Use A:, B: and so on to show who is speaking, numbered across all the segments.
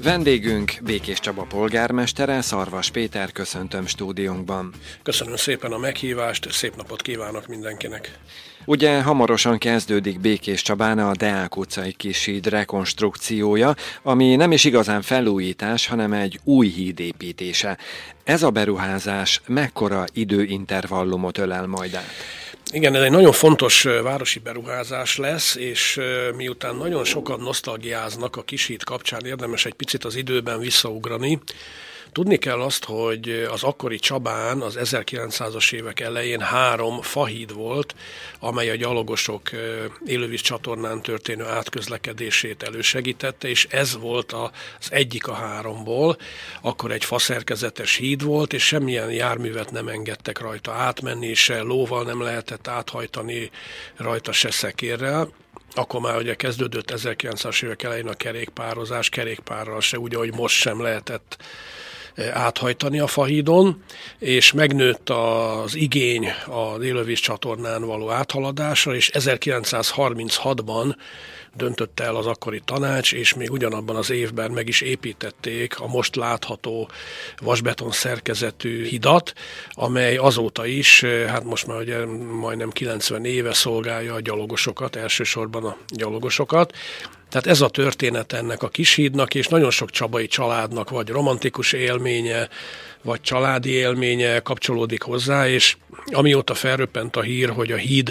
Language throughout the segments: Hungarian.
A: Vendégünk Békés Csaba polgármestere, Szarvas Péter, köszöntöm stúdiónkban.
B: Köszönöm szépen a meghívást, szép napot kívánok mindenkinek.
A: Ugye hamarosan kezdődik Békés Csabán a Deák utcai Kishíd rekonstrukciója, ami nem is igazán felújítás, hanem egy új híd építése. Ez a beruházás mekkora időintervallumot ölel majd át?
B: Igen, ez egy nagyon fontos városi beruházás lesz, és miután nagyon sokan nosztalgiáznak a Kishíd kapcsán, érdemes egy picit az időben visszaugrani. Tudni kell azt, hogy az akkori Csabán az 1900-as évek elején 3 fahíd volt, amely a gyalogosok élővíz csatornán történő átközlekedését elősegítette, és ez volt az egyik a 3-ból. Akkor egy faszerkezetes híd volt, és semmilyen járművet nem engedtek rajta átmenni, se lóval nem lehetett áthajtani rajta, se szekérrel. Akkor már ugye kezdődött 1900-as évek elején a kerékpározás, kerékpárral se, úgy, ahogy most sem lehetett áthajtani a fahídon, és megnőtt az igény az élővíz csatornán való áthaladásra, és 1936-ban döntött el az akkori tanács, és még ugyanabban az évben meg is építették a most látható vasbeton szerkezetű hidat, amely azóta is, hát most már ugye majdnem 90 éve szolgálja a gyalogosokat, elsősorban a gyalogosokat. Tehát ez a történet ennek a Kishídnak, és nagyon sok csabai családnak vagy romantikus élménye, vagy családi élménye kapcsolódik hozzá, és amióta felröppent a hír, hogy a híd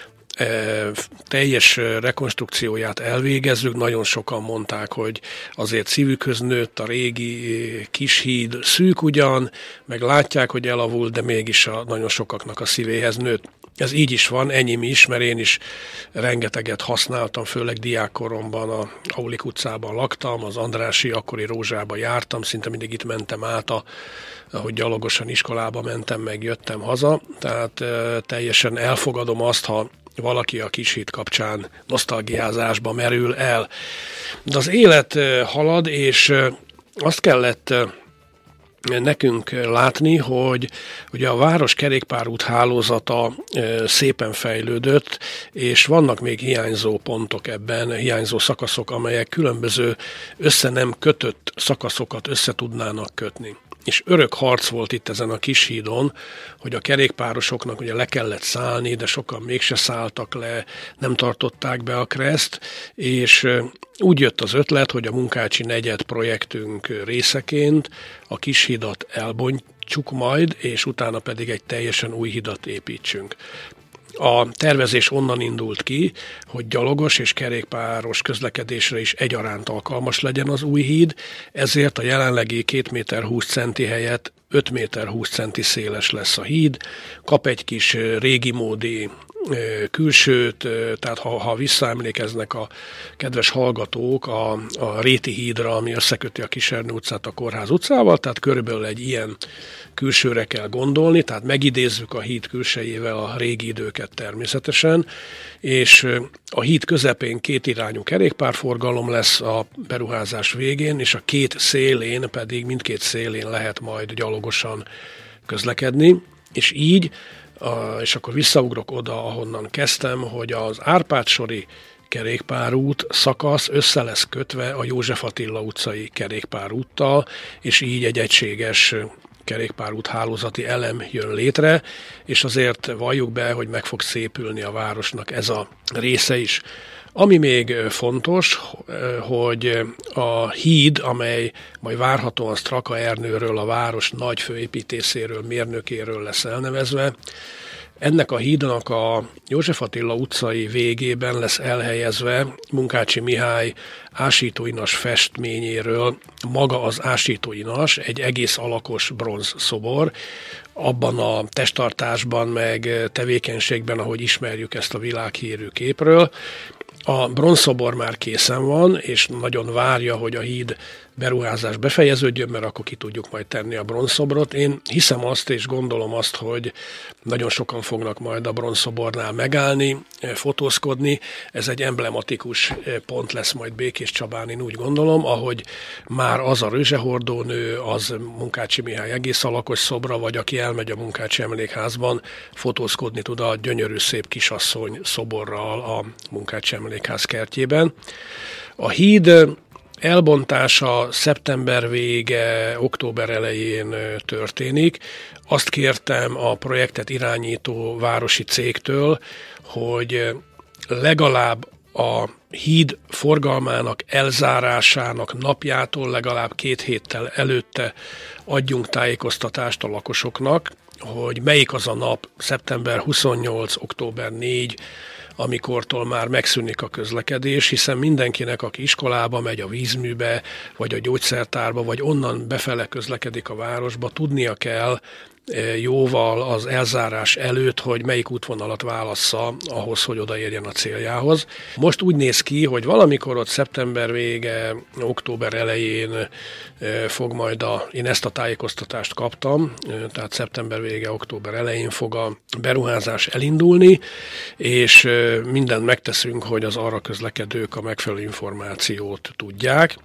B: teljes rekonstrukcióját elvégezzük, nagyon sokan mondták, hogy azért szívükhöz nőtt a régi Kishíd, szűk ugyan, meg látják, hogy elavult, de mégis nagyon sokaknak a szívéhez nőtt. Ez így is van, enyém is, mert én is rengeteget használtam, főleg diákkoromban a Aulik utcában laktam, az Andrássy akkori Rózsába jártam, szinte mindig itt mentem át, ahogy gyalogosan iskolába mentem, meg jöttem haza, tehát teljesen elfogadom azt, ha valaki a Kishíd kapcsán nosztalgiázásba merül el. De az élet halad, és azt kellett nekünk látni, hogy ugye a város kerékpárút hálózata szépen fejlődött, és vannak még hiányzó pontok ebben, hiányzó szakaszok, amelyek különböző össze nem kötött szakaszokat össze tudnának kötni. És örök harc volt itt ezen a Kishídon, hogy a kerékpárosoknak ugye le kellett szállni, de sokan mégse szálltak le, nem tartották be a kreszt, és úgy jött az ötlet, hogy a Munkácsi negyed projektünk részeként a Kishídat elbontjuk majd, és utána pedig egy teljesen új hidat építsünk. A tervezés onnan indult ki, hogy gyalogos és kerékpáros közlekedésre is egyaránt alkalmas legyen az új híd, ezért a jelenlegi 2 méter 20 centi helyett 5 méter 20 centi széles lesz a híd, kap egy kis régi módi külsőt, tehát ha visszaemlékeznek a kedves hallgatók a Réti hídra, ami összeköti a Kisernő utcát a Kórház utcával, tehát körülbelül egy ilyen külsőre kell gondolni, tehát megidézzük a híd külsejével a régi időket természetesen, és a híd közepén 2 irányú kerékpárforgalom lesz a beruházás végén, és a 2 szélén pedig mindkét szélén lehet majd gyalogosan közlekedni, és így és akkor visszaugrok oda, ahonnan kezdtem, hogy az Árpád-sori kerékpárút szakasz össze lesz kötve a József Attila utcai kerékpárúttal, és így egy egységes kerékpárút hálózati elem jön létre, és azért valljuk be, hogy meg fog szépülni a városnak ez a része is. Ami még fontos, hogy a híd, amely majd várhatóan Straka Ernőről, a város nagy főépítészéről, mérnökéről lesz elnevezve, ennek a hídnak a József Attila utcai végében lesz elhelyezve Munkácsi Mihály ásítóinas festményéről maga az ásítóinas, egy egész alakos bronz szobor, abban a testtartásban, meg tevékenységben, ahogy ismerjük ezt a világhírű képről. A bronzszobor már készen van, és nagyon várja, hogy a híd beruházás befejeződjön, mert akkor ki tudjuk majd tenni a bronzszobrot. Én hiszem azt, és gondolom azt, hogy nagyon sokan fognak majd a bronzszobornál megállni, fotózkodni. Ez egy emblematikus pont lesz majd Békés Csabán, én úgy gondolom, ahogy már az a rőzsehordónő, az Munkácsi Mihály egész alakos szobra, vagy aki elmegy a Munkácsi Emlékházban, fotózkodni tud a gyönyörű szép kisasszony szoborral a Munkácsi Emlékház kertjében. A híd elbontása szeptember vége, október elején történik. Azt kértem a projektet irányító városi cégtől, hogy legalább a híd forgalmának elzárásának napjától legalább 2 héttel előtte adjunk tájékoztatást a lakosoknak, hogy melyik az a nap, szeptember 28, október 4, amikortól már megszűnik a közlekedés, hiszen mindenkinek, aki iskolába megy, a vízműbe, vagy a gyógyszertárba, vagy onnan befele közlekedik a városba, tudnia kell jóval az elzárás előtt, hogy melyik útvonalat válassza ahhoz, hogy odaérjen a céljához. Most úgy néz ki, hogy valamikor ott szeptember vége, október elején fog majd én ezt a tájékoztatást kaptam, tehát szeptember vége, október elején fog a beruházás elindulni, és mindent megteszünk, hogy az arra közlekedők a megfelelő információt tudják.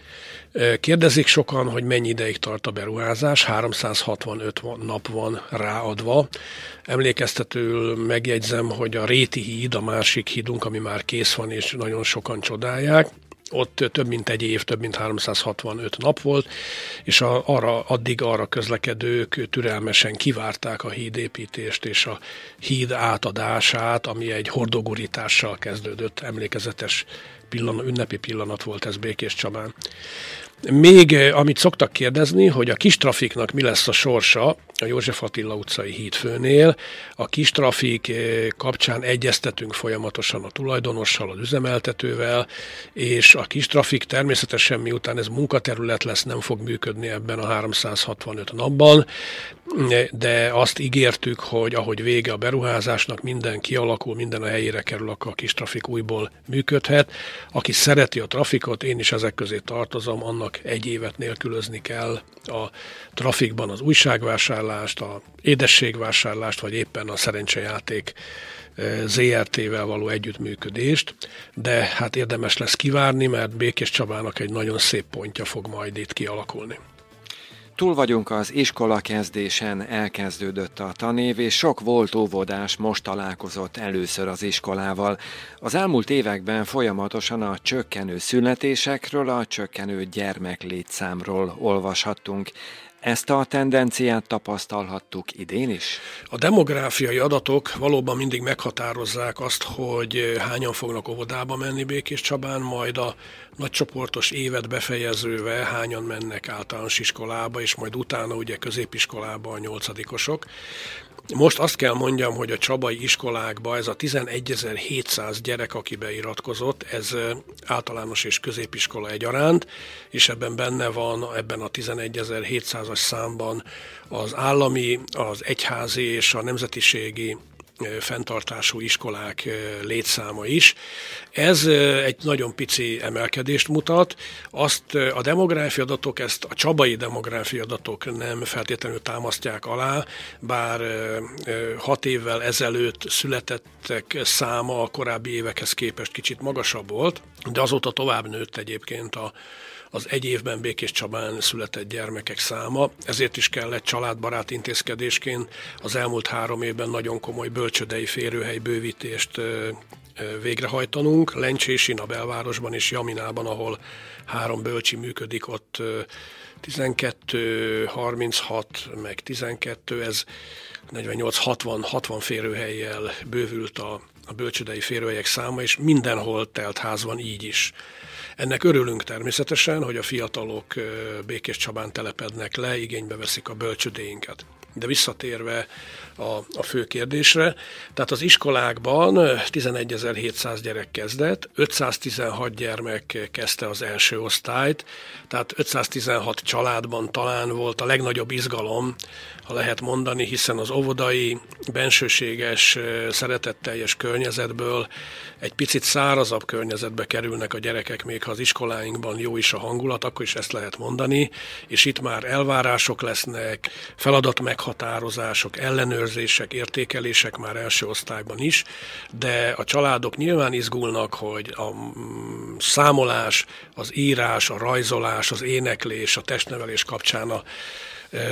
B: Kérdezik sokan, hogy mennyi ideig tart a beruházás, 365 nap van ráadva. Emlékeztetőül megjegyzem, hogy a Réti híd, a másik hídunk, ami már kész van, és nagyon sokan csodálják, ott több mint egy év, több mint 365 nap volt, és addig arra közlekedők türelmesen kivárták a hídépítést és a híd átadását, ami egy hordogurítással kezdődött, emlékezetes ünnepi pillanat volt ez Békéscsabán. Még amit szoktak kérdezni, hogy a kis trafiknak mi lesz a sorsa a József Attila utcai hídfőnél. A kis trafik kapcsán egyeztetünk folyamatosan a tulajdonossal, az üzemeltetővel, és a kis trafik természetesen miután ez munkaterület lesz, nem fog működni ebben a 365 napban, de azt ígértük, hogy ahogy vége a beruházásnak, minden kialakul, minden a helyére kerül, akkor a kis trafik újból működhet. Aki szereti a trafikot, én is ezek közé tartozom, annak 1 évet nélkülözni kell a trafikban az újságvásárlást, a édességvásárlást, vagy éppen a szerencsejáték ZRT-vel való együttműködést, de hát érdemes lesz kivárni, mert Békéscsabának egy nagyon szép pontja fog majd itt kialakulni.
A: Túl vagyunk az iskola kezdésen, elkezdődött a tanév, és sok volt óvodás most találkozott először az iskolával. Az elmúlt években folyamatosan a csökkenő születésekről, a csökkenő gyermeklétszámról olvashattunk. Ezt a tendenciát tapasztalhattuk idén is?
B: A demográfiai adatok valóban mindig meghatározzák azt, hogy hányan fognak óvodába menni Békéscsabán, majd a nagycsoportos évet befejezővel hányan mennek általános iskolába, és majd utána ugye középiskolába a 8-osok. Most azt kell mondjam, hogy a csabai iskolákban ez a 11.700 gyerek, aki beiratkozott, ez általános és középiskola egyaránt, és ebben benne van, ebben a 11.700-as számban az állami, az egyházi és a nemzetiségi fenntartású iskolák létszáma is. Ez egy nagyon pici emelkedést mutat. Azt a demográfiai adatok, ezt a csabai demográfiai adatok nem feltétlenül támasztják alá, bár 6 évvel ezelőtt születettek száma a korábbi évekhez képest kicsit magasabb volt, de azóta tovább nőtt egyébként az egy évben Békéscsabán született gyermekek száma, ezért is kellett családbarát intézkedésként az elmúlt 3 évben nagyon komoly bölcsődei férőhely bővítést végrehajtanunk. Lencsésin, a belvárosban és Jaminában, ahol 3 bölcsi működik, ott 12, 36, meg 12, ez 48-60 férőhellyel bővült a bölcsődei férőhelyek száma, és mindenhol telt ház van így is. Ennek örülünk természetesen, hogy a fiatalok Békéscsabán telepednek le, igénybe veszik a bölcsődéinket. De visszatérve a fő kérdésre, tehát az iskolákban 11.700 gyerek kezdett, 516 gyermek kezdte az első osztályt, tehát 516 családban talán volt a legnagyobb izgalom, ha lehet mondani, hiszen az óvodai, bensőséges, szeretetteljes környezetből egy picit szárazabb környezetbe kerülnek a gyerekek, még ha az iskoláinkban jó is a hangulat, akkor is ezt lehet mondani, és itt már elvárások lesznek, feladatmeghatározások, ellenőrzések, értékelések már első osztályban is, de a családok nyilván izgulnak, hogy a számolás, az írás, a rajzolás, az éneklés, a testnevelés kapcsán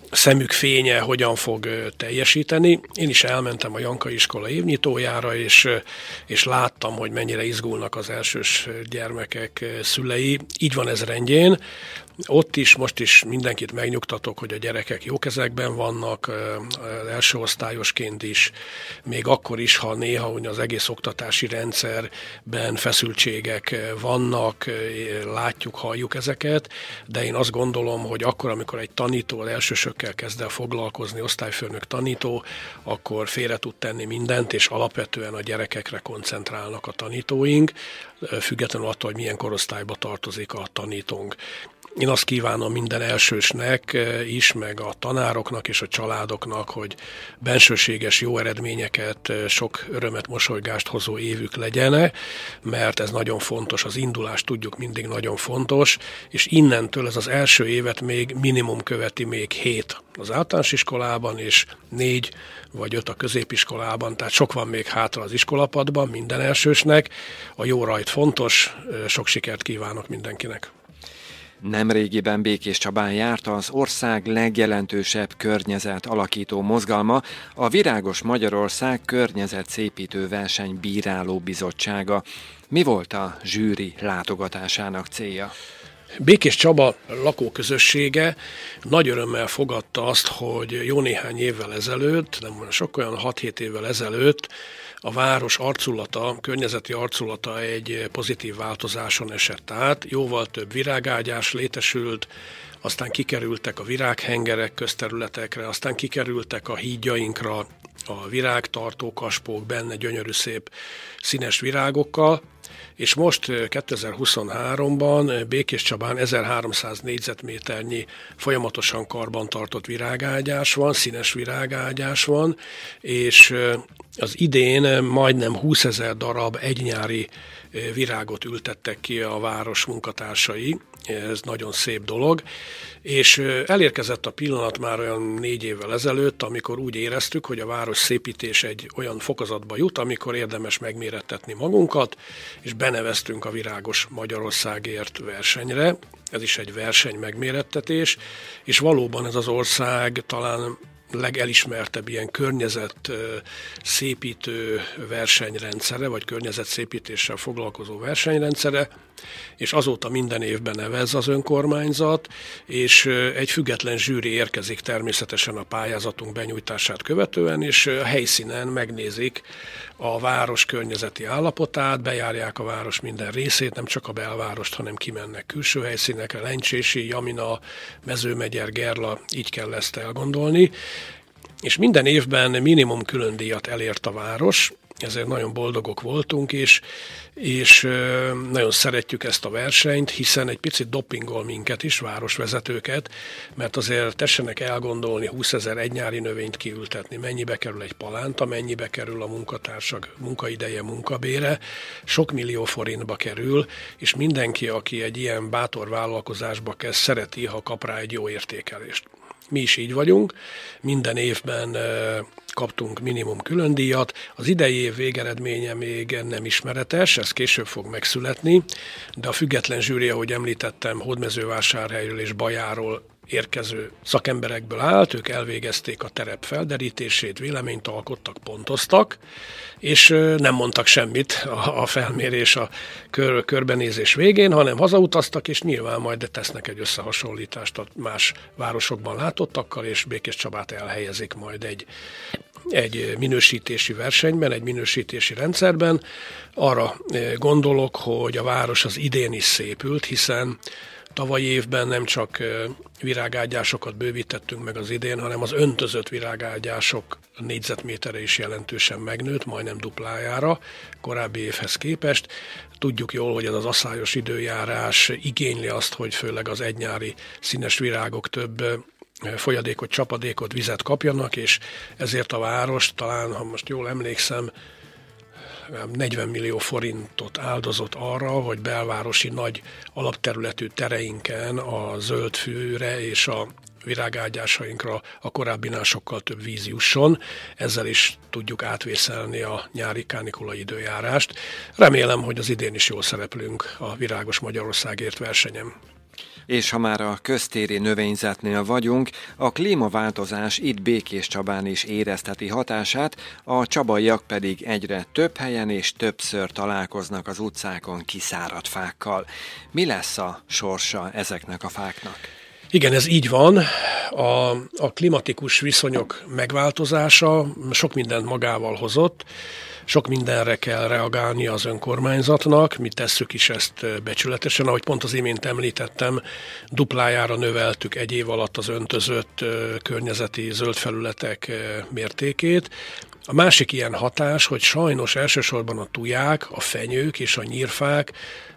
B: szemük fénye hogyan fog teljesíteni. Én is elmentem a Jankai Iskola évnyitójára, és láttam, hogy mennyire izgulnak az elsős gyermekek szülei. Így van ez rendjén. Ott is, most is mindenkit megnyugtatok, hogy a gyerekek jó kezekben vannak, első osztályosként is, még akkor is, ha néha az egész oktatási rendszerben feszültségek vannak, látjuk, halljuk ezeket, de én azt gondolom, hogy akkor, amikor egy tanító az elsősökkel kezd el foglalkozni, osztályfőnök tanító, akkor félre tud tenni mindent, és alapvetően a gyerekekre koncentrálnak a tanítóink, függetlenül attól, hogy milyen korosztályba tartozik a tanítónk. Én azt kívánom minden elsősnek is, meg a tanároknak és a családoknak, hogy bensőséges jó eredményeket, sok örömet, mosolygást hozó évük legyen, mert ez nagyon fontos, az indulás tudjuk mindig nagyon fontos, és innentől ez az első évet még minimum követi még 7 az általános iskolában, és 4 vagy 5 a középiskolában, tehát sok van még hátra az iskolapadban minden elsősnek. A jó rajt fontos, sok sikert kívánok mindenkinek!
A: Nemrégiben Békéscsabán járt az ország legjelentősebb környezet alakító mozgalma, a Virágos Magyarország környezetszépítő verseny bíráló bizottsága. Mi volt a zsűri látogatásának célja?
B: Békéscsaba lakóközössége nagy örömmel fogadta azt, hogy jó néhány évvel ezelőtt, nem olyan sok, olyan 6-7 évvel ezelőtt a város arculata, környezeti arculata egy pozitív változáson esett át. Jóval több virágágyás létesült, aztán kikerültek a virághengerek közterületekre, aztán kikerültek a hídjainkra a virágtartó kaspók, benne gyönyörű szép színes virágokkal, és most 2023-ban Békéscsabán 1300 négyzetméternyi folyamatosan karbantartott virágágyás van, színes virágágyás van, és az idén majdnem 20 000 darab egynyári virágot ültettek ki a város munkatársai, ez nagyon szép dolog, és elérkezett a pillanat már olyan 4 évvel ezelőtt, amikor úgy éreztük, hogy a város szépítés egy olyan fokozatba jut, amikor érdemes megmérettetni magunkat, és beneveztünk a Virágos Magyarországért versenyre. Ez is egy verseny megmérettetés, és valóban ez az ország talán legelismertebb ilyen környezetszépítő versenyrendszere, vagy környezetszépítéssel foglalkozó versenyrendszere, és azóta minden évben nevez az önkormányzat, és egy független zsűri érkezik természetesen a pályázatunk benyújtását követően, és a helyszínen megnézik a város környezeti állapotát, bejárják a város minden részét, nem csak a belvárost, hanem kimennek külső helyszínekre, Lencsési, Jamina, Mezőmegyer, Gerla, így kell ezt elgondolni. És minden évben minimum külön díjat elért a város, ezért nagyon boldogok voltunk, és nagyon szeretjük ezt a versenyt, hiszen egy picit dopingol minket is, városvezetőket, mert azért tessenek elgondolni 20 000 egynyári növényt kiültetni, mennyibe kerül egy palánta, mennyibe kerül a munkatársak munkaideje, munkabére, sok millió forintba kerül, és mindenki, aki egy ilyen bátor vállalkozásba kezd, szereti, ha kap rá egy jó értékelést. Mi is így vagyunk, minden évben kaptunk minimum külön díjat, az idei év végeredménye még nem ismeretes, ez később fog megszületni, de a független zsűri, ahogy említettem, Hódmezővásárhelyről és Bajáról érkező szakemberekből állt, ők elvégezték a terep felderítését, véleményt alkottak, pontoztak, és nem mondtak semmit a felmérés, a körbenézés végén, hanem hazautaztak, és nyilván majd tesznek egy összehasonlítást a más városokban látottakkal, és Békéscsabát elhelyezik majd egy minősítési versenyben, egy minősítési rendszerben. Arra gondolok, hogy a város az idén is szépült, hiszen tavalyi évben nem csak virágágyásokat bővítettünk meg az idén, hanem az öntözött virágágyások négyzetmétere is jelentősen megnőtt, majdnem duplájára korábbi évhez képest. Tudjuk jól, hogy ez az aszályos időjárás igényli azt, hogy főleg az egynyári színes virágok több folyadékot, csapadékot, vizet kapjanak, és ezért a város talán, ha most jól emlékszem, 40 millió forintot áldozott arra, hogy belvárosi nagy alapterületű tereinken a zöldfűre és a virágágyásainkra a korábbinál sokkal több víz jusson. Ezzel is tudjuk átvészelni a nyári kánikula időjárást. Remélem, hogy az idén is jól szereplünk a Virágos Magyarországért versenyen.
A: És ha már a köztéri növényzetnél vagyunk, a klímaváltozás itt Békéscsabán is érezteti hatását, a csabaiak pedig egyre több helyen és többször találkoznak az utcákon kiszáradt fákkal. Mi lesz a sorsa ezeknek a fáknak?
B: Igen, ez így van. A klimatikus viszonyok megváltozása sok mindent magával hozott. Sok mindenre kell reagálni az önkormányzatnak, mi tesszük is ezt becsületesen, ahogy pont az imént említettem, duplájára növeltük egy év alatt az öntözött környezeti zöld felületek mértékét. A másik ilyen hatás, hogy sajnos elsősorban a tuják, a fenyők és a nyírfák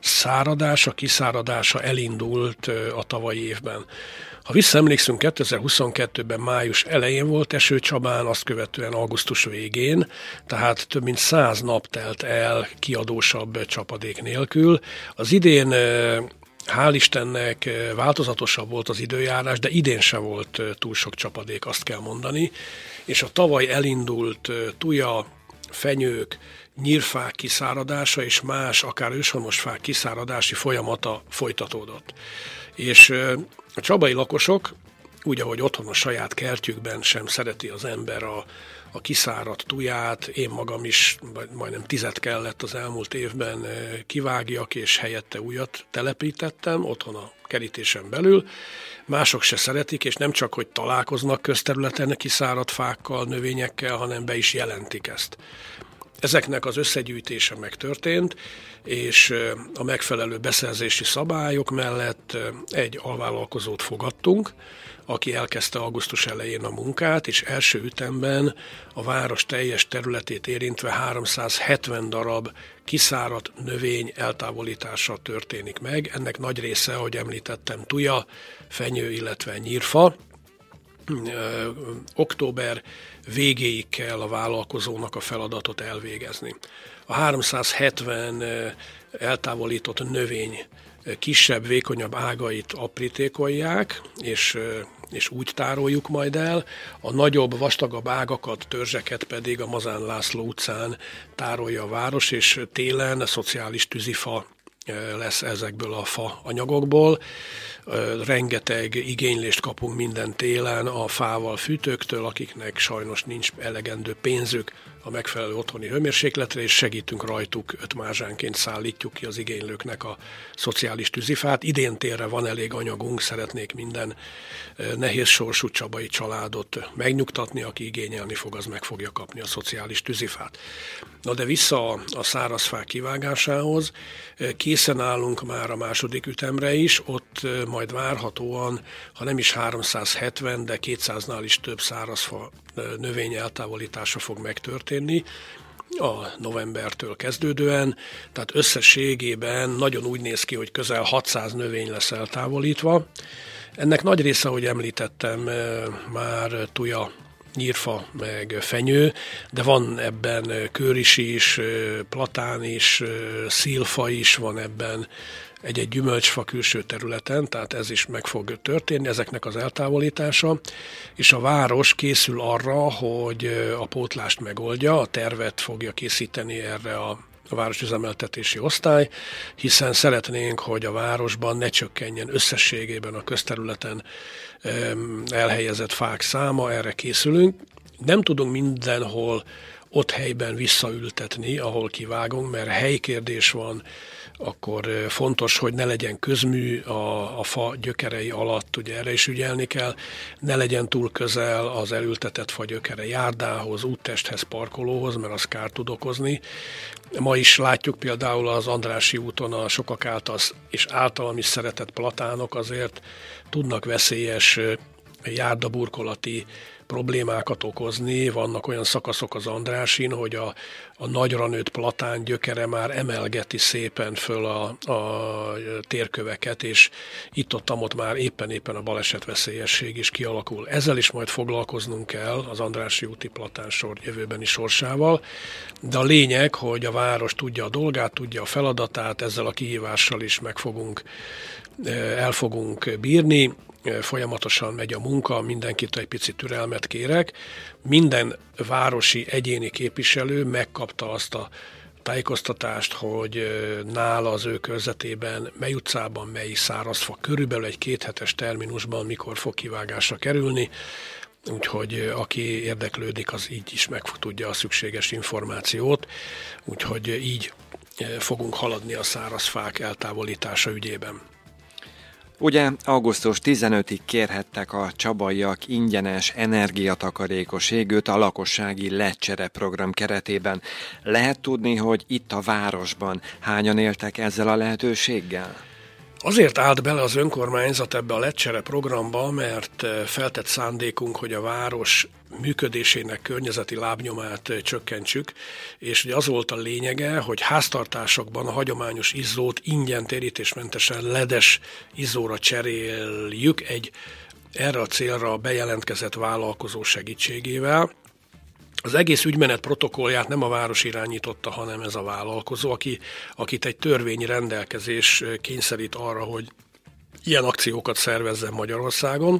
B: kiszáradása elindult a tavalyi évben. Ha visszaemlékszünk, 2022-ben május elején volt eső Csabán, azt követően augusztus végén, tehát több mint 100 nap telt el kiadósabb csapadék nélkül. Az idén hál' Istennek változatosabb volt az időjárás, de idén se volt túl sok csapadék, azt kell mondani, és a tavaly elindult tuja, fenyők, nyírfák kiszáradása és más, akár őshonos fák kiszáradási folyamata folytatódott. És a csabai lakosok, úgy, ahogy otthon a saját kertjükben sem szereti az ember a kiszáradt tuját, én magam is majdnem 10 kellett az elmúlt évben kivágjak, és helyette újat telepítettem otthon a kerítésen belül. Mások se szeretik, és nem csak, hogy találkoznak közterületen kiszáradt fákkal, növényekkel, hanem be is jelentik ezt. Ezeknek az összegyűjtése megtörtént, és a megfelelő beszerzési szabályok mellett egy alvállalkozót fogadtunk, aki elkezdte augusztus elején a munkát, és első ütemben a város teljes területét érintve 370 darab kiszáradt növény eltávolítása történik meg. Ennek nagy része, ahogy említettem, tuja, fenyő, illetve nyírfa. Október végéig kell a vállalkozónak a feladatot elvégezni. A 370 eltávolított növény kisebb, vékonyabb ágait aprítékolják, és úgy tároljuk majd el. A nagyobb, vastagabb ágakat, törzseket pedig a Mazán László utcán tárolja a város, és télen a szociális tűzifa lesz ezekből a fa anyagokból. Rengeteg igénylést kapunk minden télen a fával fűtőktől, akiknek sajnos nincs elegendő pénzük a megfelelő otthoni hőmérsékletre, és segítünk rajtuk, 5 mázsánként szállítjuk ki az igénylőknek a szociális tűzifát. Idén térre van elég anyagunk, szeretnék minden nehéz sorsú csabai családot megnyugtatni, aki igényelni fog, az meg fogja kapni a szociális tűzifát. Na de vissza a szárazfák kivágásához, készen állunk már a második ütemre is, ott majd várhatóan, ha nem is 370, de 200-nál is több szárazfa növény eltávolítása fog megtörténni a novembertől kezdődően, tehát összességében nagyon úgy néz ki, hogy közel 600 növény lesz eltávolítva. Ennek nagy része, ahogy említettem, már tuja, nyírfa, meg fenyő, de van ebben kőrisi is, platán is, szilfa is van ebben, egy gyümölcsfa külső területen, tehát ez is meg fog történni, ezeknek az eltávolítása, és a város készül arra, hogy a pótlást megoldja, a tervet fogja készíteni erre a városüzemeltetési osztály, hiszen szeretnénk, hogy a városban ne csökkenjen összességében a közterületen elhelyezett fák száma, erre készülünk. Nem tudunk mindenhol ott helyben visszaültetni, ahol kivágunk, mert helykérdés van, akkor fontos, hogy ne legyen közmű a fa gyökerei alatt, ugye erre is ügyelni kell, ne legyen túl közel az elültetett fa gyökere járdához, úttesthez, parkolóhoz, mert az kárt tud okozni. Ma is látjuk például az Andrássy úton a sokak által és általam is szeretett platánok azért tudnak veszélyes járdaburkolati problémákat okozni. Vannak olyan szakaszok az Andrássin, hogy a nagyra nőtt platán gyökere már emelgeti szépen föl a térköveket, és itt-ott már éppen a balesetveszélyesség is kialakul. Ezzel is majd foglalkoznunk kell az Andrássy úti platánsor jövőbeni sorsával, de a lényeg, hogy a város tudja a dolgát, tudja a feladatát, ezzel a kihívással is el fogunk bírni. Folyamatosan megy a munka, mindenkitől egy picit türelmet kérek. Minden városi egyéni képviselő megkapta azt a tájékoztatást, hogy nála az ő körzetében, mely utcában, mely szárazfa, körülbelül egy 2 hetes terminusban mikor fog kivágásra kerülni, úgyhogy aki érdeklődik, az így is tudja a szükséges információt, úgyhogy így fogunk haladni a szárazfák eltávolítása ügyében.
A: Ugye augusztus 15-ig kérhettek a csabaiak ingyenes energiatakarékos égőt a lakossági LED-csere program keretében. Lehet tudni, hogy itt a városban hányan éltek ezzel a lehetőséggel?
B: Azért állt bele az önkormányzat ebbe a LED-csere programba, mert feltett szándékunk, hogy a város működésének környezeti lábnyomát csökkentsük, és ugye az volt a lényege, hogy háztartásokban a hagyományos izzót ingyen térítésmentesen LED-es izzóra cseréljük egy erre a célra bejelentkezett vállalkozó segítségével. Az egész ügymenet protokollját nem a város irányította, hanem ez a vállalkozó, akit egy törvényi rendelkezés kényszerít arra, hogy ilyen akciókat szervezzen Magyarországon.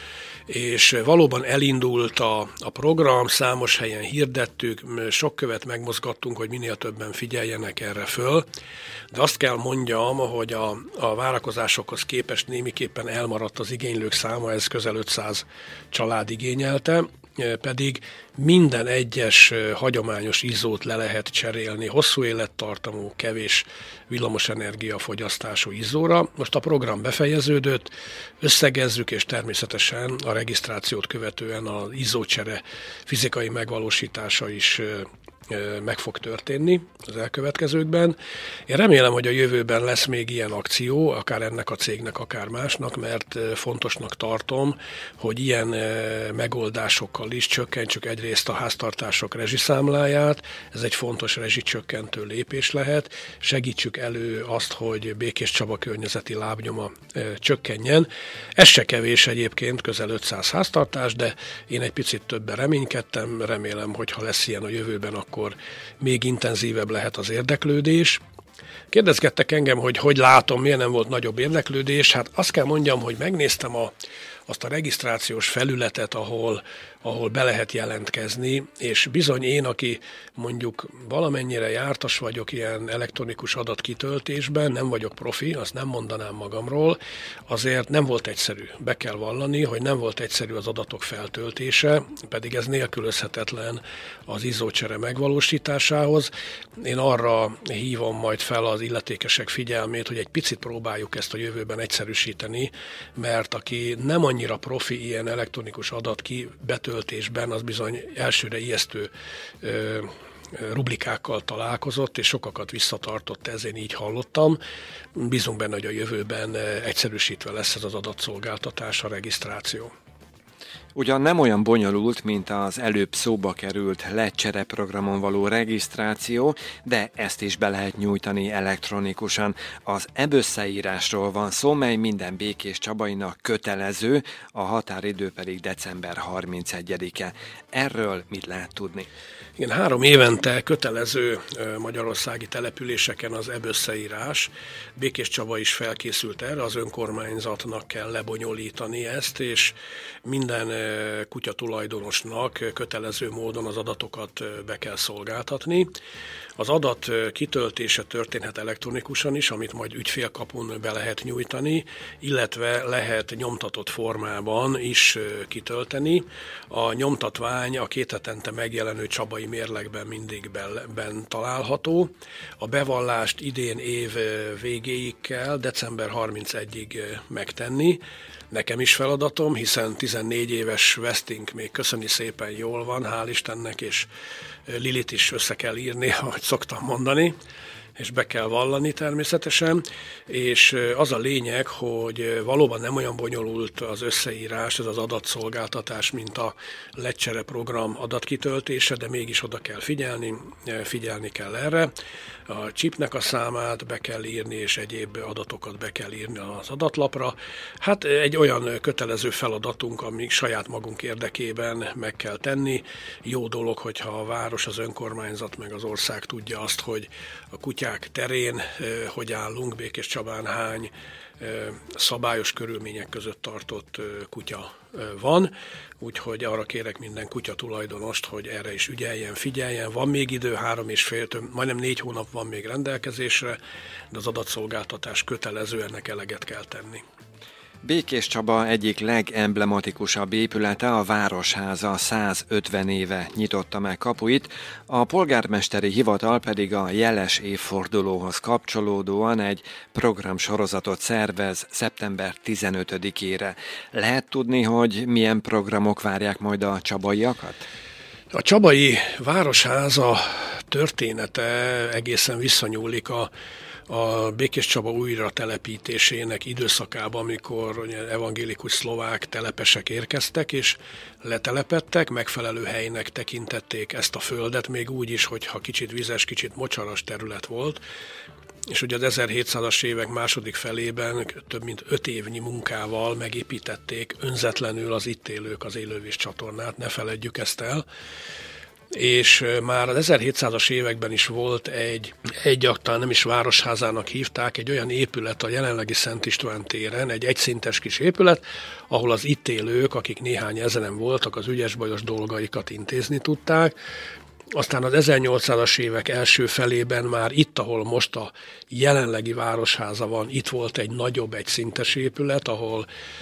B: És valóban elindult a program, számos helyen hirdettük, sok követ megmozgattunk, hogy minél többen figyeljenek erre föl, de azt kell mondjam, hogy a várakozásokhoz képest némiképpen elmaradt az igénylők száma, ez közel 500 család igényelte, pedig minden egyes hagyományos izzót le lehet cserélni hosszú élettartamú, kevés villamosenergia fogyasztású izzóra. Most a program befejeződött, összegezzük, és természetesen a regisztrációt követően az izzócsere fizikai megvalósítása is meg fog történni az elkövetkezőkben. Én remélem, hogy a jövőben lesz még ilyen akció, akár ennek a cégnek, akár másnak, mert fontosnak tartom, hogy ilyen megoldásokkal is csökkentsük egyrészt a háztartások rezsiszámláját, ez egy fontos rezsicsökkentő lépés lehet, segítsük elő azt, hogy Békéscsaba környezeti lábnyoma csökkenjen. Ez se kevés egyébként, közel 500 háztartás, de én egy picit többen reménykedtem, remélem, hogy ha lesz ilyen a jövőben, akkor még intenzívebb lehet az érdeklődés. Kérdezgettek engem, hogy látom, miért nem volt nagyobb érdeklődés. Hát azt kell mondjam, hogy megnéztem azt a regisztrációs felületet, ahol be lehet jelentkezni, és bizony én, aki mondjuk valamennyire jártas vagyok ilyen elektronikus adatkitöltésben, nem vagyok profi, azt nem mondanám magamról, azért nem volt egyszerű. Be kell vallani, hogy nem volt egyszerű az adatok feltöltése, pedig ez nélkülözhetetlen az izzócsere megvalósításához. Én arra hívom majd fel az illetékesek figyelmét, hogy egy picit próbáljuk ezt a jövőben egyszerűsíteni, mert aki nem annyira profi ilyen elektronikus betöltésben, az bizony elsőre ijesztő rublikákkal találkozott, és sokakat visszatartott, ezért így hallottam. Bízunk benne, hogy a jövőben egyszerűsítve lesz ez az adatszolgáltatás, a regisztráció.
A: Ugyan nem olyan bonyolult, mint az előbb szóba került LED-csere programon való regisztráció, de ezt is be lehet nyújtani elektronikusan. Az e-összeírásról van szó, mely minden békéscsabainak kötelező, a határidő pedig december 31-e. Erről mit lehet tudni?
B: Igen, 3 évente kötelező magyarországi településeken az e-összeírás. Békéscsaba is felkészült erre, az önkormányzatnak kell lebonyolítani ezt, és minden kutyatulajdonosnak kötelező módon az adatokat be kell szolgáltatni. Az adat kitöltése történhet elektronikusan is, amit majd ügyfélkapun be lehet nyújtani, illetve lehet nyomtatott formában is kitölteni. A nyomtatvány a 2 hetente megjelenő csabai mérlegben mindig benn található. A bevallást idén év végéig kell, december 31-ig megtenni. Nekem is feladatom, hiszen 14 éves vesztink még köszöni szépen jól van, hál' Istennek, és Lilit is össze kell írni, ahogy szoktam mondani, és be kell vallani természetesen, és az a lényeg, hogy valóban nem olyan bonyolult az összeírás, ez az adatszolgáltatás, mint a LED-csere program adatkitöltése, de mégis oda kell figyelni kell erre. A chipnek a számát be kell írni, és egyéb adatokat be kell írni az adatlapra. Hát egy olyan kötelező feladatunk, ami saját magunk érdekében meg kell tenni. Jó dolog, hogyha a város, az önkormányzat, meg az ország tudja azt, hogy a kutyák kutyák terén hogy állunk, Békés Csabán hány szabályos körülmények között tartott kutya van, úgyhogy arra kérek minden kutya tulajdonost, hogy erre is ügyeljen, figyeljen. Van még idő, 3,5, majdnem 4 hónap van még rendelkezésre, de az adatszolgáltatás kötelező, ennek eleget kell tenni.
A: Békés Csaba egyik legemblematikusabb épülete, a Városháza 150 éve nyitotta meg kapuit, a polgármesteri hivatal pedig a jeles évfordulóhoz kapcsolódóan egy programsorozatot szervez szeptember 15-ére. Lehet tudni, hogy milyen programok várják majd a csabaiakat?
B: A csabai Városháza története egészen visszanyúlik a Békés Csaba újra telepítésének időszakában, amikor evangélikus szlovák telepesek érkeztek, és letelepedtek, megfelelő helynek tekintették ezt a földet, még úgy is, hogyha kicsit vizes, kicsit mocsaras terület volt, és ugye az 1700-as évek második felében több mint 5 évnyi munkával megépítették önzetlenül az itt élők az élővíz csatornát, ne feledjük ezt el. És már az 1700-as években is volt egyáltalán nem is városházának hívták, egy olyan épület a jelenlegi Szent István téren, egy egyszintes kis épület, ahol az itt élők, akik néhány ezeren voltak, az ügyes-bajos dolgaikat intézni tudták. Aztán az 1800-as évek első felében már itt, ahol most a jelenlegi Városháza van, itt volt egy nagyobb egyszintes épület, ahol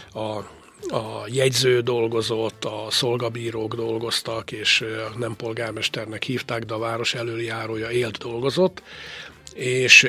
B: a jegyző dolgozott, a szolgabírók dolgoztak, és nem polgármesternek hívták, de a város elöljárója élt, dolgozott. És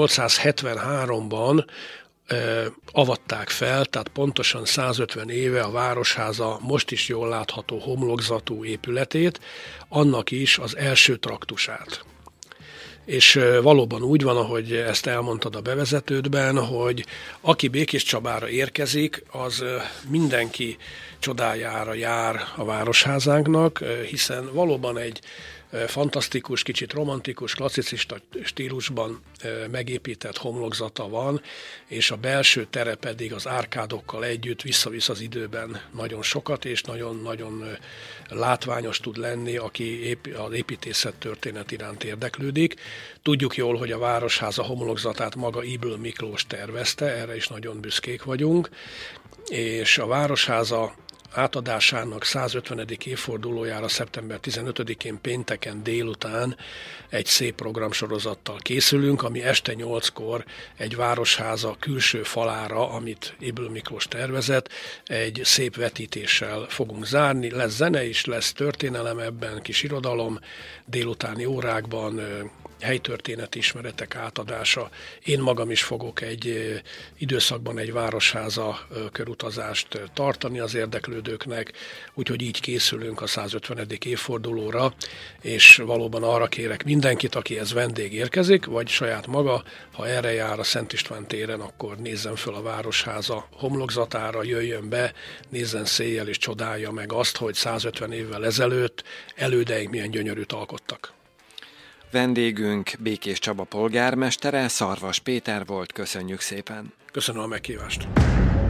B: 1873-ban avatták fel, tehát pontosan 150 éve a Városháza most is jól látható homlokzatú épületét, annak is az első traktusát. És valóban úgy van, ahogy ezt elmondtad a bevezetődben, hogy aki Békés Csabára érkezik, az mindenki csodájára jár a Városházánknak, hiszen valóban egy fantasztikus, kicsit romantikus, klasszicista stílusban megépített homlokzata van, és a belső tere pedig az árkádokkal együtt visszavisz az időben nagyon sokat, és nagyon-nagyon látványos tud lenni, aki az építészet történet iránt érdeklődik. Tudjuk jól, hogy a Városháza homlokzatát maga Ybl Miklós tervezte, erre is nagyon büszkék vagyunk, és a Városháza átadásának 150. évfordulójára szeptember 15-én pénteken délután egy szép programsorozattal készülünk, ami este 8-kor egy Városháza külső falára, amit Ybl Miklós tervezett, egy szép vetítéssel fogunk zárni. Lesz zene is, lesz történelem ebben, kis irodalom, délutáni órákban helytörténeti ismeretek átadása. Én magam is fogok egy időszakban egy Városháza körutazást tartani az érdeklődőknek, úgyhogy így készülünk a 150. évfordulóra, és valóban arra kérek mindenkit, akihez vendég érkezik, vagy saját maga, ha erre jár a Szent István téren, akkor nézzen föl a Városháza homlokzatára, jöjjön be, nézzen széjjel és csodálja meg azt, hogy 150 évvel ezelőtt elődeink milyen gyönyörűt alkottak.
A: Vendégünk Békés Csaba polgármestere, Szarvas Péter volt, köszönjük szépen.
B: Köszönöm a meghívást.